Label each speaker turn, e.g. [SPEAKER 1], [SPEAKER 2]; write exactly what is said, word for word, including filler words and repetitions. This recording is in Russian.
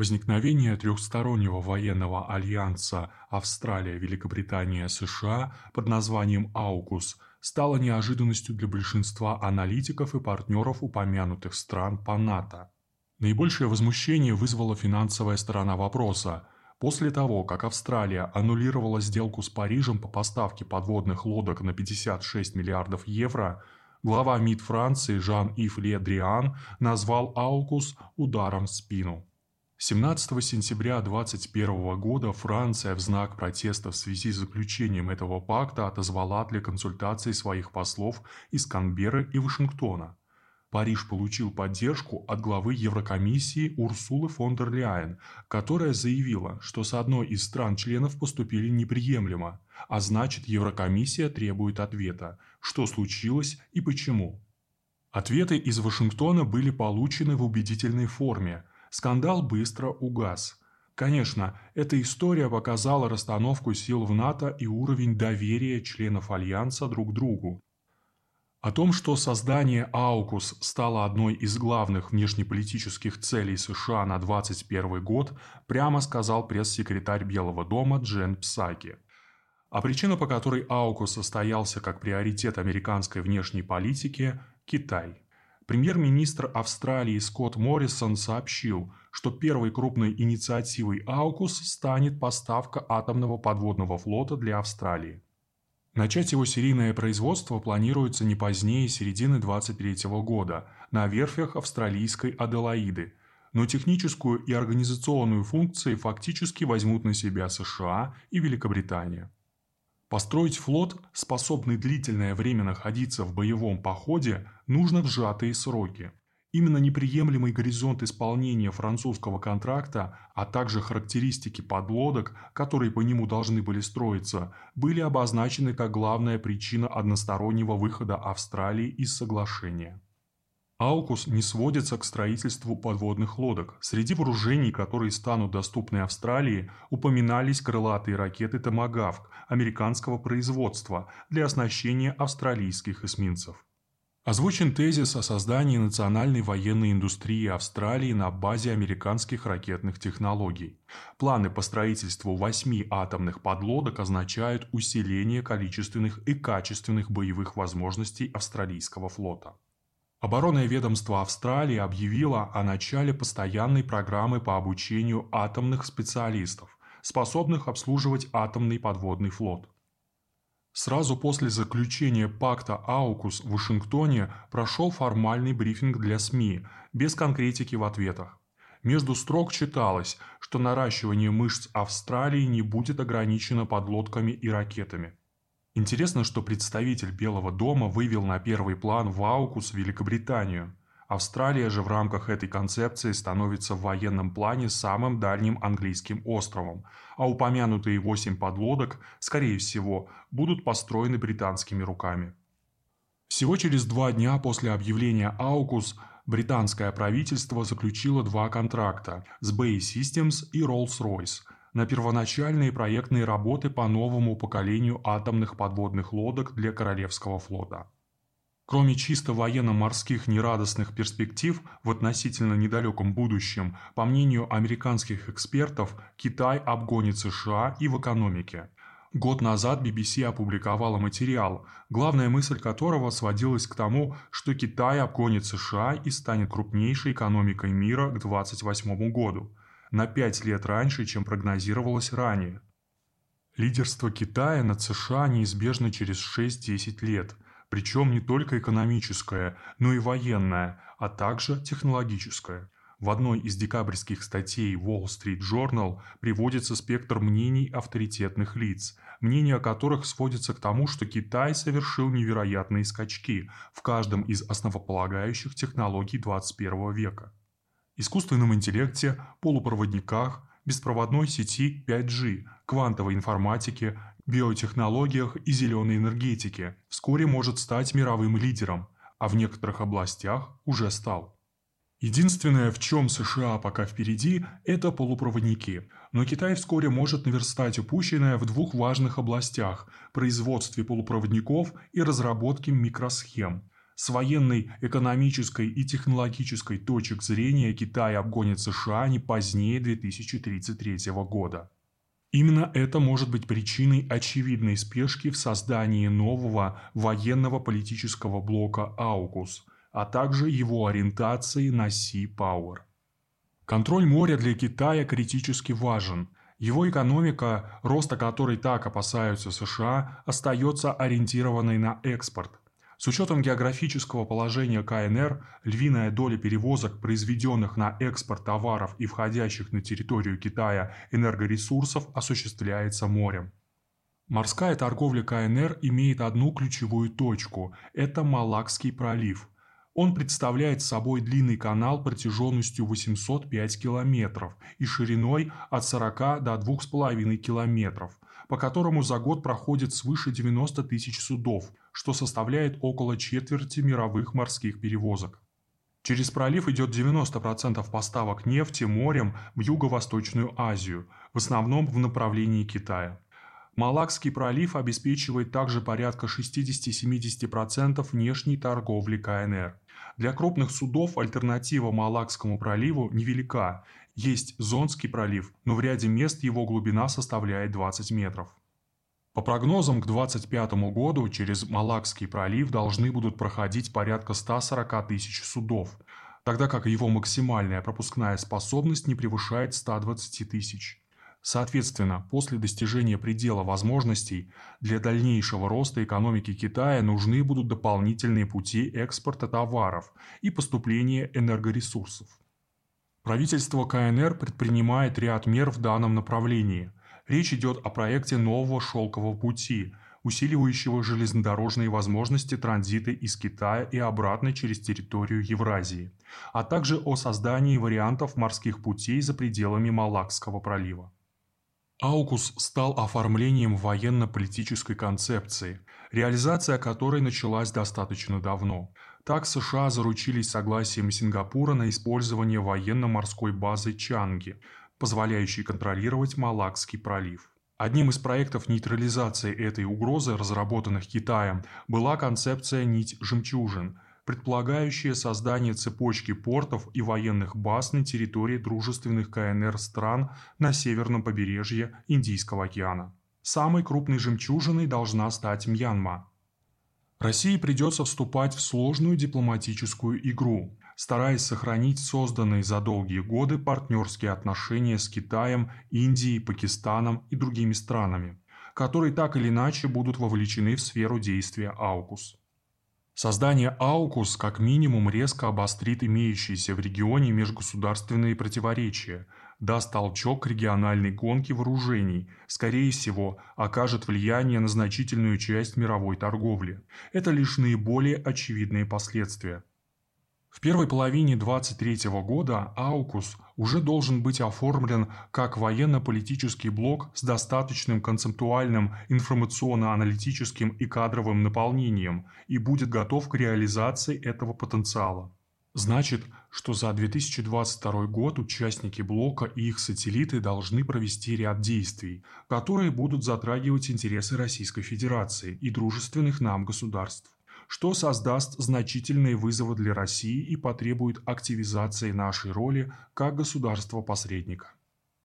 [SPEAKER 1] Возникновение трехстороннего военного альянса Австралия, Великобритания, США под названием «аукус» стало неожиданностью для большинства аналитиков и партнеров упомянутых стран по НАТО. Наибольшее возмущение вызвала финансовая сторона вопроса. После того, как Австралия аннулировала сделку с Парижем по поставке подводных лодок на пятьдесят шесть миллиардов евро, глава МИД Франции Жан-Ив Ле Дриан назвал «аукус» ударом в спину. семнадцатого сентября две тысячи двадцать первого года Франция в знак протеста в связи с заключением этого пакта отозвала для консультаций своих послов из Канберры и Вашингтона. Париж получил поддержку от главы Еврокомиссии Урсулы фон дер Ляйен, которая заявила, что с одной из стран-членов поступили неприемлемо, а значит Еврокомиссия требует ответа, что случилось и почему. Ответы из Вашингтона были получены в убедительной форме. Скандал быстро угас. Конечно, эта история показала расстановку сил в НАТО и уровень доверия членов Альянса друг к другу. О том, что создание аукус стало одной из главных внешнеполитических целей США на двадцать первый год, прямо сказал пресс-секретарь Белого дома Джен Псаки. А причина, по которой аукус состоялся как приоритет американской внешней политики – Китай. Премьер-министр Австралии Скотт Моррисон сообщил, что первой крупной инициативой аукус станет поставка атомного подводного флота для Австралии. Начать его серийное производство планируется не позднее середины две тысячи двадцать третьего года на верфях австралийской Аделаиды, но техническую и организационную функции фактически возьмут на себя США и Великобритания. Построить флот, способный длительное время находиться в боевом походе, нужно в сжатые сроки. Именно неприемлемый горизонт исполнения французского контракта, а также характеристики подлодок, которые по нему должны были строиться, были обозначены как главная причина одностороннего выхода Австралии из соглашения. аукус не сводится к строительству подводных лодок. Среди вооружений, которые станут доступны Австралии, упоминались крылатые ракеты «Томагавк» американского производства для оснащения австралийских эсминцев. Озвучен тезис о создании национальной военной индустрии Австралии на базе американских ракетных технологий. Планы по строительству восьми атомных подлодок означают усиление количественных и качественных боевых возможностей австралийского флота. Оборонное ведомство Австралии объявило о начале постоянной программы по обучению атомных специалистов, способных обслуживать атомный подводный флот. Сразу после заключения пакта аукус в Вашингтоне прошел формальный брифинг для СМИ, без конкретики в ответах. Между строк читалось, что наращивание мышц Австралии не будет ограничено подлодками и ракетами. Интересно, что представитель Белого дома вывел на первый план в аукус Великобританию. Австралия же в рамках этой концепции становится в военном плане самым дальним английским островом, а упомянутые восемь подлодок, скорее всего, будут построены британскими руками. Всего через два дня после объявления аукус британское правительство заключило два контракта с би эй и Systems и Rolls-Royce на первоначальные проектные работы по новому поколению атомных подводных лодок для Королевского флота. Кроме чисто военно-морских нерадостных перспектив в относительно недалеком будущем, по мнению американских экспертов, Китай обгонит США и в экономике. Год назад би би си опубликовала материал, главная мысль которого сводилась к тому, что Китай обгонит США и станет крупнейшей экономикой мира к двадцать восьмому году, на пять лет раньше, чем прогнозировалось ранее. Лидерство Китая над США неизбежно через шесть-десять лет. Причем не только экономическое, но и военное, а также технологическое. В одной из декабрьских статей Wall Street Journal приводится спектр мнений авторитетных лиц, мнения которых сводятся к тому, что Китай совершил невероятные скачки в каждом из основополагающих технологий двадцать первого века. Искусственном интеллекте, полупроводниках, беспроводной сети пять джи, квантовой информатике, биотехнологиях и зеленой энергетике вскоре может стать мировым лидером, а в некоторых областях уже стал. Единственное, в чем США пока впереди, это полупроводники, но Китай вскоре может наверстать упущенное в двух важных областях – производстве полупроводников и разработке микросхем. С военной, экономической и технологической точек зрения Китай обгонит США не позднее две тысячи тридцать третьего года. Именно это может быть причиной очевидной спешки в создании нового военного политического блока «Аукус», а также его ориентации на Sea Power. Контроль моря для Китая критически важен. Его экономика, роста которой так опасаются США, остается ориентированной на экспорт. С учетом географического положения ка эн эр, львиная доля перевозок, произведенных на экспорт товаров и входящих на территорию Китая энергоресурсов, осуществляется морем. Морская торговля ка эн эр имеет одну ключевую точку – это Малакский пролив. Он представляет собой длинный канал протяженностью восемьсот пять километров и шириной от сорока до двух с половиной километров, по которому за год проходит свыше девяноста тысяч судов, что составляет около четверти мировых морских перевозок. Через пролив идет девяносто процентов поставок нефти морем в Юго-Восточную Азию, в основном в направлении Китая. Малакский пролив обеспечивает также порядка шестьдесят-семьдесят процентов внешней торговли ка эн эр. Для крупных судов альтернатива Малакскому проливу невелика. Есть Зонский пролив, но в ряде мест его глубина составляет двадцать метров. По прогнозам, к двадцать пятому году через Малакский пролив должны будут проходить порядка ста сорока тысяч судов, тогда как его максимальная пропускная способность не превышает ста двадцати тысяч. Соответственно, после достижения предела возможностей для дальнейшего роста экономики Китая нужны будут дополнительные пути экспорта товаров и поступления энергоресурсов. Правительство ка эн эр предпринимает ряд мер в данном направлении. Речь идет о проекте нового шелкового пути, усиливающего железнодорожные возможности транзита из Китая и обратно через территорию Евразии, а также о создании вариантов морских путей за пределами Малакского пролива. Аукус стал оформлением военно-политической концепции, реализация которой началась достаточно давно. Так США заручились согласием Сингапура на использование военно-морской базы Чанги, позволяющей контролировать Малакский пролив. Одним из проектов нейтрализации этой угрозы, разработанных Китаем, была концепция «Нить жемчужин», предполагающая создание цепочки портов и военных баз на территории дружественных ка эн эр стран на северном побережье Индийского океана. Самой крупной жемчужиной должна стать Мьянма. России придется вступать в сложную дипломатическую игру, стараясь сохранить созданные за долгие годы партнерские отношения с Китаем, Индией, Пакистаном и другими странами, которые так или иначе будут вовлечены в сферу действия аукус. Создание аукус как минимум резко обострит имеющиеся в регионе межгосударственные противоречия, даст толчок региональной гонке вооружений, скорее всего, окажет влияние на значительную часть мировой торговли. Это лишь наиболее очевидные последствия. В первой половине двадцать третьего года аукус уже должен быть оформлен как военно-политический блок с достаточным концептуальным, информационно-аналитическим и кадровым наполнением и будет готов к реализации этого потенциала. Значит, что за две тысячи двадцать второй год участники блока и их сателлиты должны провести ряд действий, которые будут затрагивать интересы Российской Федерации и дружественных нам государств, что создаст значительные вызовы для России и потребует активизации нашей роли как государства-посредника.